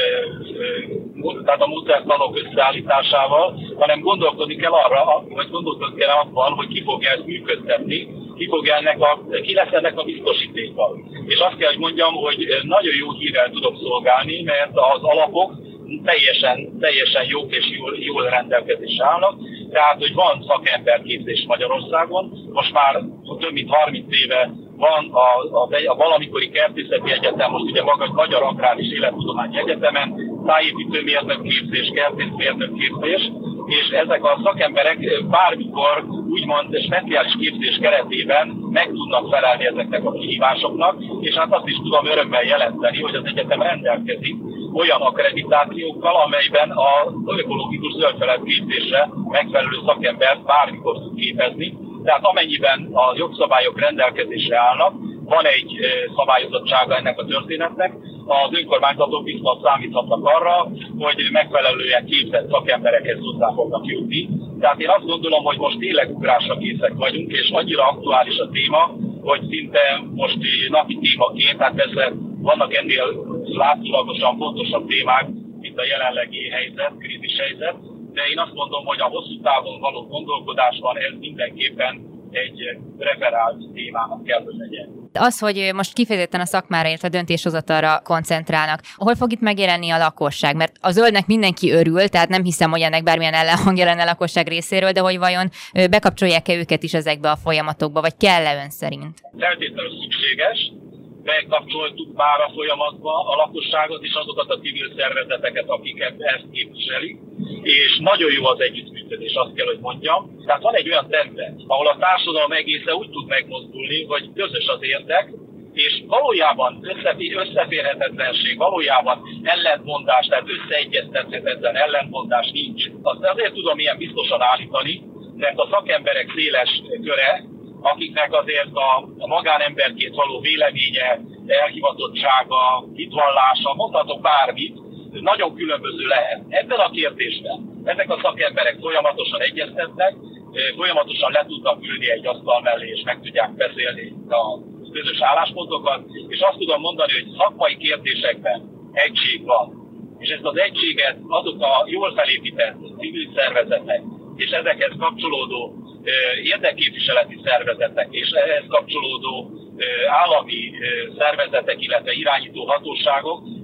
tehát a módszertanok összeállításával, hanem gondolkodni kell arra, vagy gondolkodni kell abban, hogy ki fogja ezt működtetni, ki, fogja ennek a, ki lesz ennek a biztosítéka. És azt kell, hogy mondjam, hogy nagyon jó hírrel tudok szolgálni, mert az alapok teljesen, teljesen jók és jól, jól rendelkezésre állnak. Tehát, hogy van szakemberképzés Magyarországon, most már több mint harminc éve van a, a, a valamikori Kertészeti Egyetem, most ugye maga Magyar Agrár és Élettudományi Egyetemen, tájépítőmérnök képzés, kertészmérnök képzés, és ezek a szakemberek bármikor úgymond speciális képzés keretében meg tudnak felelni ezeknek a kihívásoknak, és hát azt is tudom örömmel jelenteni, hogy az egyetem rendelkezik olyan akkreditációkkal, amelyben az ökológikus zöldfelett képzésre megfelelő szakembert bármikor tud képezni. Tehát amennyiben a jogszabályok rendelkezésre állnak, van egy szabályozottsága ennek a történetnek, az önkormányzatok biztos számíthatnak arra, hogy megfelelően képzett szakemberekhez hozzá fognak jutni. Tehát én azt gondolom, hogy most tényleg ugrásra készek vagyunk, és annyira aktuális a téma, hogy szinte most napi témaként, tehát persze vannak ennél látszólagosan fontosabb témák, mint a jelenlegi helyzet, krízis helyzet, de én azt mondom, hogy a hosszú távon való gondolkodásban ez mindenképpen egy referált témának kell, hogy legyen. Az, hogy most kifejezetten a szakmára, illetve a döntéshozatalra koncentrálnak, hol fog itt megjelenni a lakosság? Mert a zöldnek mindenki örül, tehát nem hiszem, hogy ennek bármilyen ellenhangja lenne a lakosság részéről, de hogy vajon bekapcsolják-e őket is ezekbe a folyamatokba, vagy kell-e ön szerint? Feltétlenül szükséges. Bekapcsoltuk már a folyamatba a lakosságot és azokat a civil szervezeteket, akiket ezt képviselik, és nagyon jó az együttműködés, azt kell, hogy mondjam. Tehát van egy olyan terület, ahol a társadalom egészen úgy tud megmozdulni, hogy közös az érdek, és valójában összeférhetetlenség, valójában ellentmondás, tehát összeegyeztethetetlen ellentmondás nincs. Azt azért tudom ilyen biztosan állítani, mert a szakemberek széles köre, akiknek azért a, a magánemberként való véleménye, elhivatottsága, hitvallása, mondhatok bármit, nagyon különböző lehet. Ebben a kérdésben ezek a szakemberek folyamatosan egyeztetnek, folyamatosan le tudnak ülni egy asztal mellé, és meg tudják beszélni a közös álláspontokat, és azt tudom mondani, hogy szakmai kérdésekben egység van. És ezt az egységet azok a jól felépített civil szervezetek, és ezekhez kapcsolódó érdekképviseleti szervezetek és ehhez kapcsolódó állami szervezetek, illetve irányító hatóságok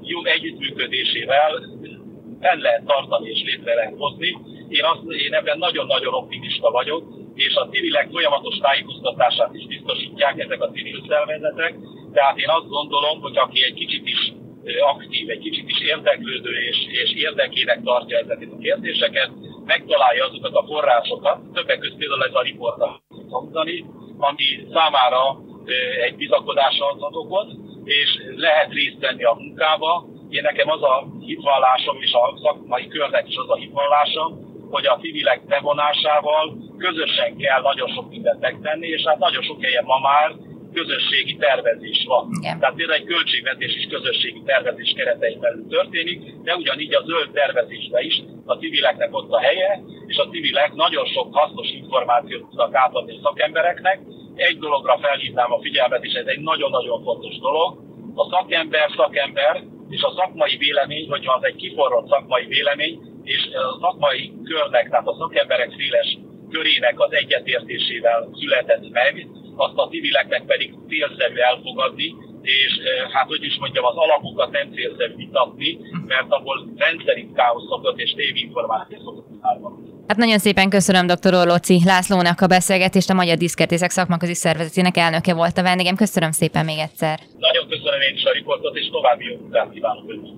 jó együttműködésével fenn lehet tartani és létre lehet hozni. Én, azt, én ebben nagyon-nagyon optimista vagyok, és a civilek folyamatos tájékoztatását is biztosítják ezek a civil szervezetek. Tehát én azt gondolom, hogy aki egy kicsit is aktív, egy kicsit is érdeklődő és, és érdekének tartja ezeket a kérdéseket, megtalálja azokat a forrásokat, többek között például ez a riportot hangzani, ami számára egy bizakodásra ad okot, és lehet részt venni a munkába. Én nekem az a hitvallásom, és a szakmai körnek is az a hitvallása, hogy a civilek bevonásával közösen kell nagyon sok mindent megtenni, és hát nagyon sok helyen ma már közösségi tervezés van. Igen. Tehát például egy költségvetés is közösségi tervezés keretein belül történik, de ugyanígy a zöld tervezésben is a civileknek ott a helye, és a civilek nagyon sok hasznos információt tudnak átadni a szakembereknek. Egy dologra felhívnám a figyelmet, és ez egy nagyon-nagyon fontos dolog. A szakember szakember, és a szakmai vélemény, hogyha az egy kiforrott szakmai vélemény, és a szakmai körnek, tehát a szakemberek széles körének az egyetértésével született meg, azt a civileknek pedig célszerű elfogadni, és hát hogy is mondjam, az alapokat nem célszerű vitatni, mert abból rendszerint káosz szokott és tévinformáció szokott származni. Hát nagyon szépen köszönöm dr. Orlóczy Lászlónak a beszélgetést, a Magyar Díszkertészek Szakmaközi Szervezetének elnöke volt a vendégem. Köszönöm szépen még egyszer. Nagyon köszönöm én is a riportot, és további jó munkát kívánok önnek.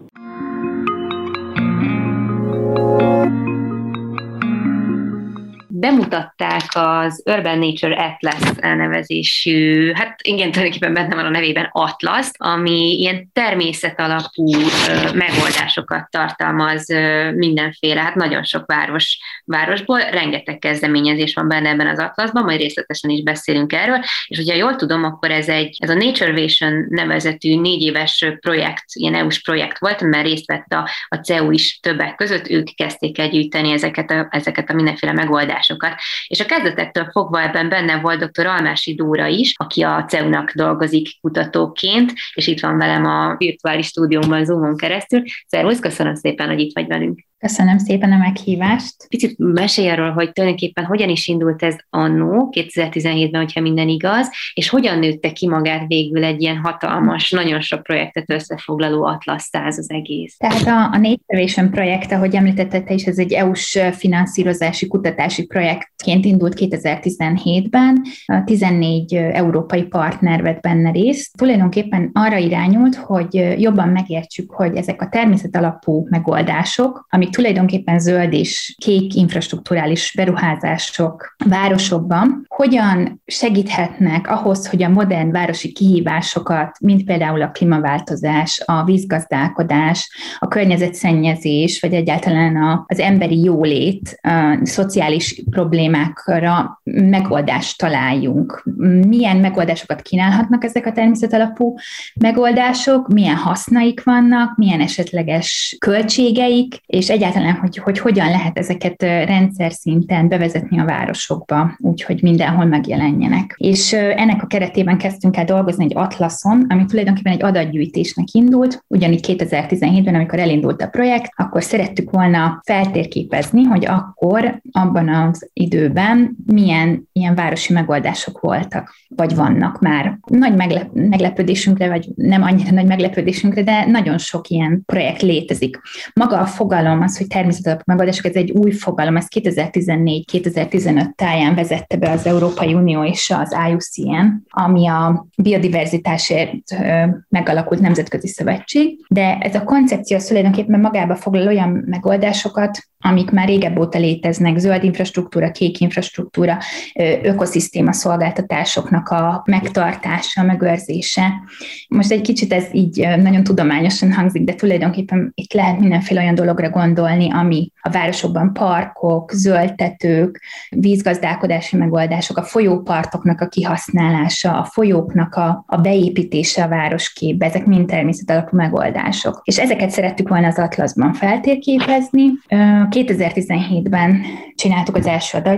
Bemutatták az Urban Nature Atlas elnevezésű, hát igen, tulajdonképpen benne van a nevében Atlas, ami ilyen természet alapú ö, megoldásokat tartalmaz ö, mindenféle, hát nagyon sok város, városból, rengeteg kezdeményezés van benne ebben az Atlaszban, majd részletesen is beszélünk erről, és hogyha jól tudom, akkor ez egy, ez a Naturevation nevezetű négy éves projekt, ilyen é u-s projekt volt, amiben részt vett a, a cé e u is többek között, ők kezdték el gyűjteni ezeket a, ezeket a mindenféle megoldásokat. És a kezdetektől fogva ebben benne volt dr. Almási Dóra is, aki a cé e u-nak dolgozik kutatóként, és itt van velem a virtuális stúdiómban Zoomon keresztül. Szervusz, köszönöm szépen, hogy itt vagy velünk. Köszönöm szépen a meghívást. Picit mesélj arról, hogy tulajdonképpen hogyan is indult ez annó, kétezer-tizenhétben, hogyha minden igaz, és hogyan nőtte ki magát végül egy ilyen hatalmas, nagyon sok projektet összefoglaló atlaszáz az egész. Tehát a, a Naturevation projekt, ahogy említetted te is, ez egy é u-s finanszírozási kutatási projektként indult kétezer-tizenhétben. A tizennégy európai partner vett benne részt. Tulajdonképpen arra irányult, hogy jobban megértsük, hogy ezek a természet alapú megoldások, amik tulajdonképpen zöld és kék infrastrukturális beruházások városokban, hogyan segíthetnek ahhoz, hogy a modern városi kihívásokat, mint például a klímaváltozás, a vízgazdálkodás, a környezetszennyezés, vagy egyáltalán az emberi jólét, a szociális problémákra megoldást találjunk. Milyen megoldásokat kínálhatnak ezek a természetalapú megoldások, milyen hasznaik vannak, milyen esetleges költségeik, és egyáltalán, hogy, hogy hogyan lehet ezeket rendszer szinten bevezetni a városokba, úgyhogy mindenhol megjelenjenek. És ennek a keretében kezdtünk el dolgozni egy atlaszon, ami tulajdonképpen egy adatgyűjtésnek indult, ugyanígy kétezer-tizenhétben, amikor elindult a projekt, akkor szerettük volna feltérképezni, hogy akkor abban az időben milyen ilyen városi megoldások voltak, vagy vannak már. Nagy meglep- meglepődésünkre, vagy nem annyira nagy meglepődésünkre, de nagyon sok ilyen projekt létezik. Maga a fogalom az, hogy természetalapú megoldások, ez egy új fogalom, ez kétezer-tizennégy-kétezer-tizenöt táján vezette be az Európai Unió és az I U C N, ami a biodiverzitásért megalakult nemzetközi szövetség, de ez a koncepció tulajdonképpen magába foglal olyan megoldásokat, amik már régebb óta léteznek, zöld infrastruktúra, kék infrastruktúra, ökoszisztéma szolgáltatásoknak a megtartása, megőrzése. Most egy kicsit ez így nagyon tudományosan hangzik, de tulajdonképpen itt lehet mindenféle olyan dologra gondolni, ami a városokban parkok, zöldtetők, vízgazdálkodási megoldások, a folyópartoknak a kihasználása, a folyóknak a, a beépítése a városképbe, ezek mind természetalapú megoldások. És ezeket szerettük volna az atlaszban feltérképezni. kétezer-tizenhétben csináltuk az első adatgyűjtést,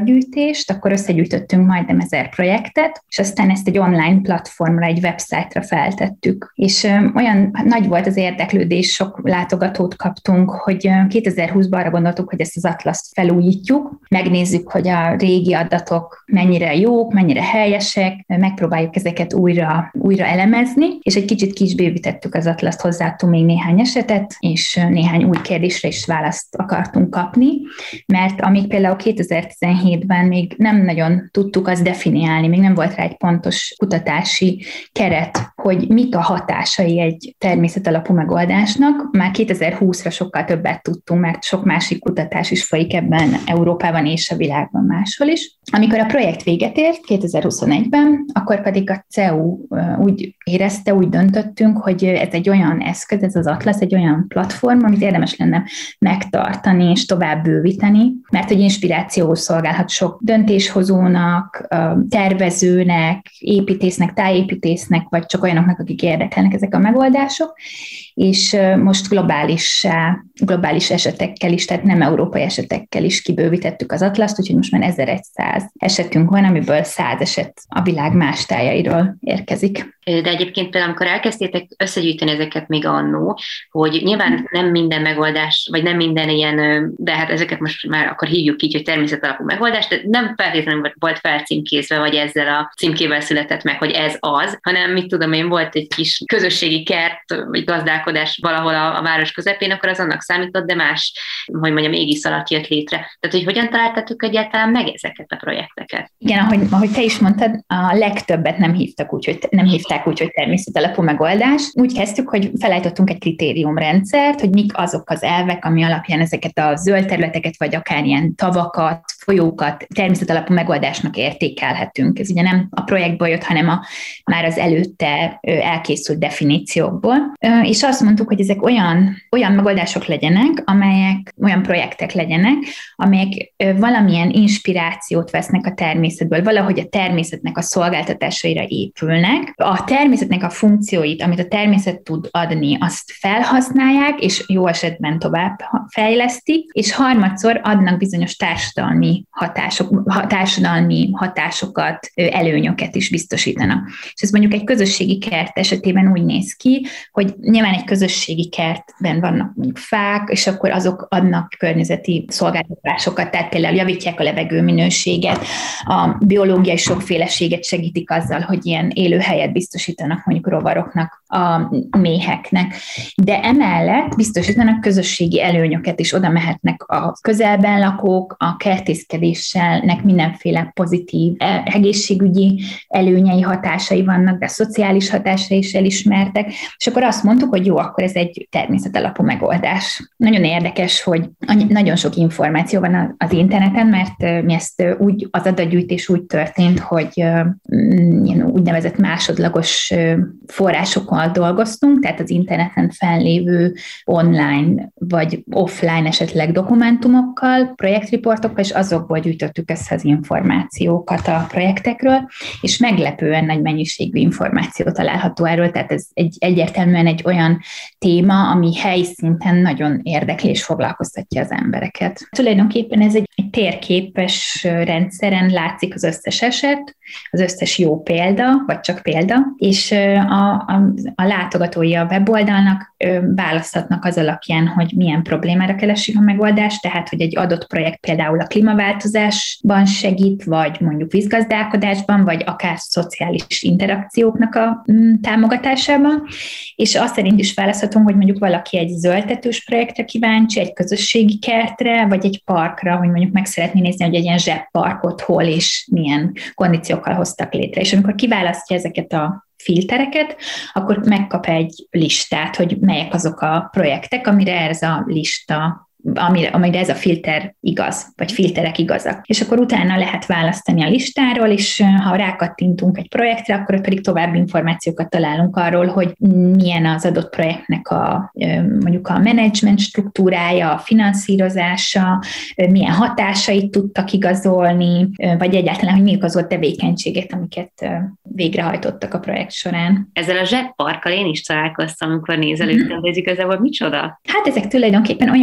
adatgyűjtést, akkor összegyűjtöttünk majdnem ezer projektet, és aztán ezt egy online platformra, egy websájtra feltettük. És olyan nagy volt az érdeklődés, sok látogatót kaptunk, hogy kétezer-húszban arra gondoltuk, hogy ezt az atlaszt felújítjuk, megnézzük, hogy a régi adatok mennyire jók, mennyire helyesek, megpróbáljuk ezeket újra, újra elemezni, és egy kicsit kisbővítettük az atlaszt, hozzáadtunk még néhány esetet, és néhány új kérdésre is választ akartunk kapni, mert amíg például kétezer-tizenhétben még nem nagyon tudtuk azt definiálni, még nem volt rá egy pontos kutatási keret, hogy mik a hatásai egy természetalapú megoldásnak, már kétezer-húszra sokkal többet tudtunk, mert sok másik kutatás is folyik ebben Európában és a világban máshol is. Amikor a projekt véget ért kétezer-huszonegyben, akkor pedig a cé e u úgy érezte, úgy döntöttünk, hogy ez egy olyan eszköz, ez az atlasz, egy olyan platform, amit érdemes lenne megtartani és tovább bővíteni, mert hogy inspirációhoz szolgálhat sok döntéshozónak, tervezőnek, építésznek, tájépítésznek, vagy csak olyanoknak, akik érdekelnek ezek a megoldások, és most globális, globális esetekkel is, tehát nem európai esetekkel is kibővítettük az atlaszt, úgyhogy most már ezerszáz esetünk van, amiből száz eset a világ más tájairól érkezik. De egyébként például, amikor elkezdtétek összegyűjteni ezeket még annó, hogy nyilván nem minden megoldás, vagy nem minden ilyen, de hát ezeket most már akkor hívjuk így, hogy természetalapú megoldás, de nem feltétlenül volt felcímkézve, vagy ezzel a címkével született meg, hogy ez az, hanem mit tudom én, volt egy kis közösségi kert, vagy gazdálkodás valahol a, a város közepén, akkor az annak számított, de más, hogy mondjam, égisz alatt jött létre. Tehát, hogy hogyan találtatok egyáltalán meg ezeket a projekteket? Igen, ahogy, ahogy te is mondtad, a legtöbbet nem hívtak úgy, hogy nem hívták úgy, hogy természetalapú megoldás. Úgy kezdtük, hogy felállítottunk egy kritériumrendszert, hogy mik azok az elvek, ami alapján ezeket a zöld területeket, vagy akár ilyen tavakat, folyókat természetalapú megoldásnak értékelhetünk. Ez ugye nem a projektből jött, hanem a, már az előtte elkészült definíciókból. És azt mondtuk, hogy ezek olyan, olyan megoldások legyenek, amelyek, olyan projektek legyenek, amelyek valamilyen inspirációt vesznek a természetből, valahogy a természetnek a szolgáltatásaira épülnek. A természetnek a funkcióit, amit a természet tud adni, azt felhasználják, és jó esetben tovább fejlesztik, és harmadszor adnak bizonyos társadalmi hatások, társadalmi hatásokat, előnyöket is biztosítanak. És ez mondjuk egy közösségi kert esetében úgy néz ki, hogy nyilván egy közösségi kertben vannak mondjuk fák, és akkor azok adnak környezeti szolgáltatásokat, tehát például javítják a levegő minőséget, a biológiai sokféleséget segítik azzal, hogy ilyen élőhelyet biztosítanak mondjuk rovaroknak, a méheknek. De emellett biztosítanak közösségi előnyöket is, oda mehetnek a közelben lakók, a kertészkedésnek mindenféle pozitív egészségügyi előnyei, hatásai vannak, de szociális hatásai is elismertek, és akkor azt mondtuk, hogy jó, akkor ez egy természetalapú megoldás. Nagyon érdekes, hogy nagyon sok információ van az interneten, mert mi ezt úgy, az adatgyűjtés úgy történt, hogy ilyen úgynevezett másodlagos forrásokkal dolgoztunk, tehát az interneten fennlévő online vagy offline esetleg dokumentumokkal, projektriportokkal, és azokból gyűjtöttük össze az információkat a projektekről, és meglepően nagy mennyiségű információ található erről, tehát ez egy, egyértelműen egy olyan téma, ami helyszinten nagyon érdekli és foglalkoztatja az embereket. Tulajdonképpen ez egy, egy térképes rendszeren látszik az összes eset, az összes jó példa, vagy csak példa, és a, a, a látogatói a weboldalnak választhatnak az alapján, hogy milyen problémára keresik a megoldást, tehát hogy egy adott projekt például a klímaváltozásban segít, vagy mondjuk vízgazdálkodásban, vagy akár szociális interakcióknak a mm, támogatásában, és azt szerint is választhatunk, hogy mondjuk valaki egy zöldtetős projektre kíváncsi, egy közösségi kertre, vagy egy parkra, hogy mondjuk meg szeretné nézni, hogy egy ilyen zseppparkot hol és milyen kondíciókkal hoztak létre. És amikor kiválasztja ezeket a filtereket, akkor megkap egy listát, hogy melyek azok a projektek, amire ez a lista, amire, amire ez a filter igaz, vagy filterek igazak. És akkor utána lehet választani a listáról, és ha rákattintunk egy projektre, akkor pedig további információkat találunk arról, hogy milyen az adott projektnek a, mondjuk a menedzsment struktúrája, a finanszírozása, milyen hatásait tudtak igazolni, vagy egyáltalán, hogy mi igazolt tevékenységet, amiket végrehajtottak a projekt során. Ezzel a zsebparkkal én is találkoztam, amikor nézelődtem, de ez igazából micsoda? Hát ezek tulajdonképpen olyan park,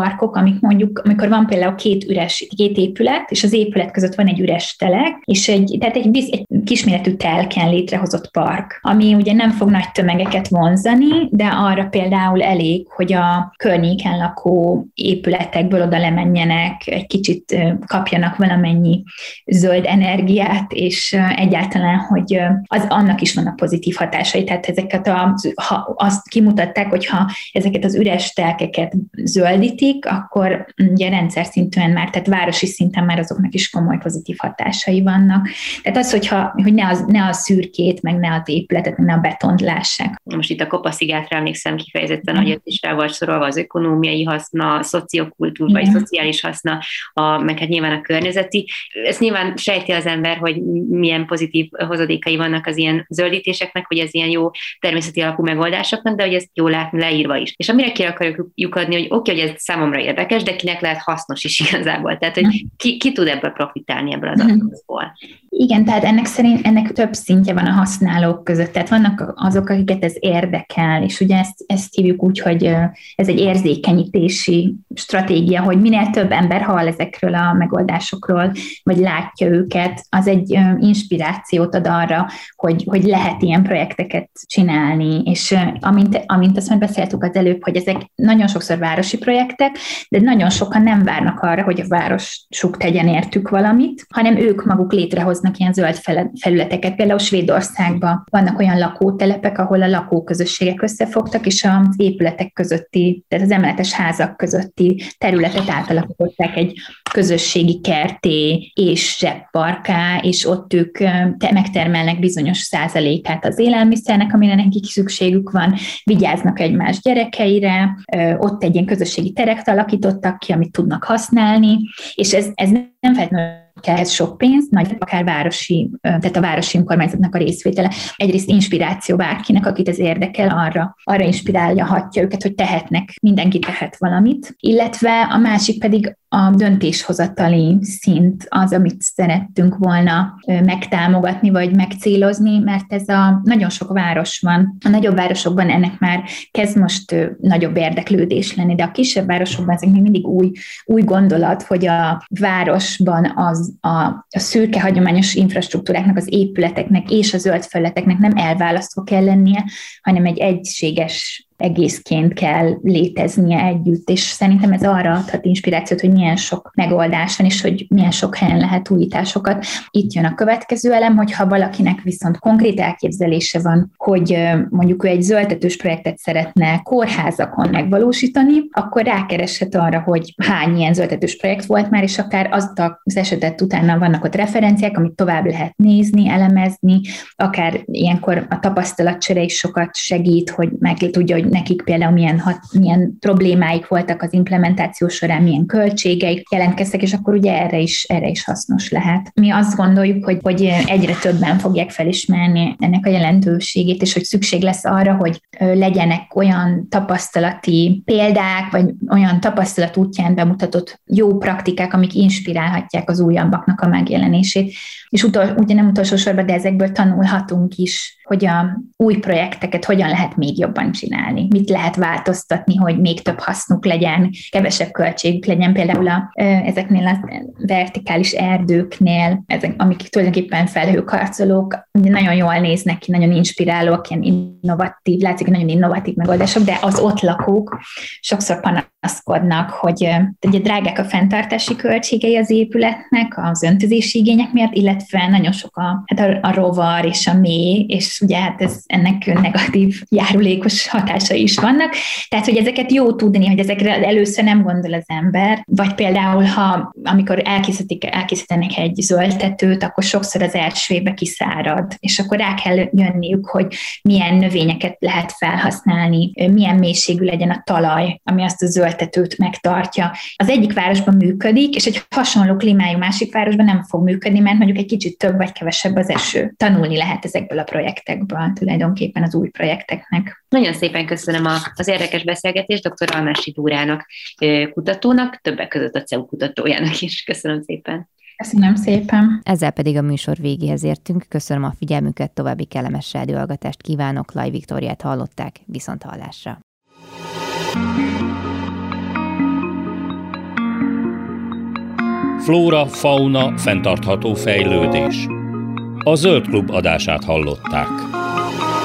parkok, amik mondjuk, amikor van például két üres, két épület, és az épület között van egy üres telek, és egy, tehát egy, egy kisméretű telken létrehozott park, ami ugye nem fog nagy tömegeket vonzani, de arra például elég, hogy a környéken lakó épületekből oda lemenjenek, egy kicsit kapjanak valamennyi zöld energiát, és egyáltalán, hogy az annak is vannak pozitív hatásai. Tehát ezeket a, ha azt kimutatták, hogy ha ezeket az üres telkeket zöldítik, akkor ugye rendszer szintűen már, tehát városi szinten már azoknak is komoly pozitív hatásai vannak. Tehát az, hogyha, hogy ne, az, ne a szürkét, meg ne az épületet, meg ne a betont lássák. Most itt a Kopa-szigetre emlékszem kifejezetten, mm. hogy ott is fel volt sorolva az ökonómiai haszna, a szociokultúr, vagy mm. szociális haszna, a, meg hát nyilván a környezeti. Ezt nyilván sejti az ember, hogy milyen pozitív hozadékai vannak az ilyen zöldítéseknek, hogy ez ilyen jó természeti alapú megoldásoknak, de hogy ezt jól látni leírva is. És amire ki akarjuk lyukadni, hogy oké, okay, hogy ez számomra érdekes, de kinek lehet hasznos is igazából. Tehát, hogy ki, ki tud ebből profitálni ebből az adatból. Igen, tehát ennek szerint ennek több szintje van a használók között. Tehát vannak azok, akiket ez érdekel, és ugye ezt, ezt hívjuk úgy, hogy ez egy érzékenyítési stratégia, hogy minél több ember hall ezekről a megoldásokról, vagy látja őket, az egy inspirációt ad arra, hogy, hogy lehet ilyen projekteket csinálni, és amint, amint azt már beszéltük az előbb, hogy ezek nagyon sokszor városi projektek, de nagyon sokan nem várnak arra, hogy a városuk tegyen értük valamit, hanem ők maguk létrehoznak ilyen zöld felületeket. Például Svédországban vannak olyan lakótelepek, ahol a lakóközösségek összefogtak, és az épületek közötti, tehát az emeletes házak közötti területet átalakították egy közösségi kerté és zseppparká, és ott ők megtermelnek bizonyos százalékát az élelmiszernek, amire nekik szükségük van, vigyáznak egymás gyerekeire, ott egy ilyen közösségi teret alakítottak ki, amit tudnak használni, és ez, ez nem feltétlenül kell sok pénz, nagy, akár városi, tehát a városi önkormányzatnak a részvétele. Egyrészt inspiráció bárkinek, akit ez érdekel, arra, arra inspirálhatja őket, hogy tehetnek, mindenki tehet valamit, illetve a másik pedig a döntéshozatali szint az, amit szerettünk volna megtámogatni, vagy megcélozni, mert ez a nagyon sok város van. A nagyobb városokban ennek már kezd most nagyobb érdeklődés lenni, de a kisebb városokban ezek még mindig új, új gondolat, hogy a városban az a, a szürke hagyományos infrastruktúráknak, az épületeknek és a zöld felületeknek nem elválasztva kell lennie, hanem egy egységes egészként kell léteznie együtt, és szerintem ez arra adhat inspirációt, hogy milyen sok megoldás van, és hogy milyen sok helyen lehet újításokat. Itt jön a következő elem, hogyha valakinek viszont konkrét elképzelése van, hogy mondjuk ő egy zöldetős projektet szeretne kórházakon megvalósítani, akkor rákereshet arra, hogy hány ilyen zöldetős projekt volt már, és akár azt az esetet utána vannak ott referenciák, amit tovább lehet nézni, elemezni, akár ilyenkor a tapasztalatcsere is sokat segít, hogy meg tudja, hogy nekik például milyen, hat, milyen problémáik voltak az implementáció során, milyen költségeik jelentkeztek, és akkor ugye erre is, erre is hasznos lehet. Mi azt gondoljuk, hogy, hogy egyre többen fogják felismerni ennek a jelentőségét, és hogy szükség lesz arra, hogy legyenek olyan tapasztalati példák, vagy olyan tapasztalat útján bemutatott jó praktikák, amik inspirálhatják az újabbaknak a megjelenését. És utol, ugye nem utolsó sorban, de ezekből tanulhatunk is, hogy a új projekteket hogyan lehet még jobban csinálni, mit lehet változtatni, hogy még több hasznuk legyen, kevesebb költségük legyen, például a, ezeknél a vertikális erdőknél, ezek, amik tulajdonképpen felhőkarcolók, nagyon jól néznek ki, nagyon inspirálók, ilyen innovatív, látszik, nagyon innovatív megoldások, de az ott lakók sokszor panaszkodnak, hogy ugye drágák a fenntartási költségei az épületnek, az öntözési igények miatt, illetve nagyon sok a, hát a, a rovar és a mély, és ugye hát ez, ennek negatív járulékos hatásai is vannak. Tehát, hogy ezeket jó tudni, hogy ezekre először nem gondol az ember, vagy például, ha amikor elkészítik, elkészítenek egy zöldtetőt, akkor sokszor az első évben kiszárad, és akkor rá kell jönniük, hogy milyen növényeket lehet felhasználni, milyen mélységű legyen a talaj, ami azt a zöldtetőt megtartja. Az egyik városban működik, és egy hasonló klímájú másik városban nem fog működni, mert mondjuk egy kicsit több vagy kevesebb az eső. Tanulni lehet ezekből a projektekből, tulajdonképpen az új projekteknek. Nagyon szépen köszönöm a, az érdekes beszélgetést dr. Almássy Dórának, kutatónak, többek között a cé e u kutatójának is. Köszönöm szépen. Köszönöm szépen. Ezzel pedig a műsor végéhez értünk. Köszönöm a figyelmüket, további kellemes rádióhallgatást kívánok. Laj Viktóriát hallották, viszont hallásra. Flóra, fauna, fenntartható fejlődés. A Zöld Klub adását hallották.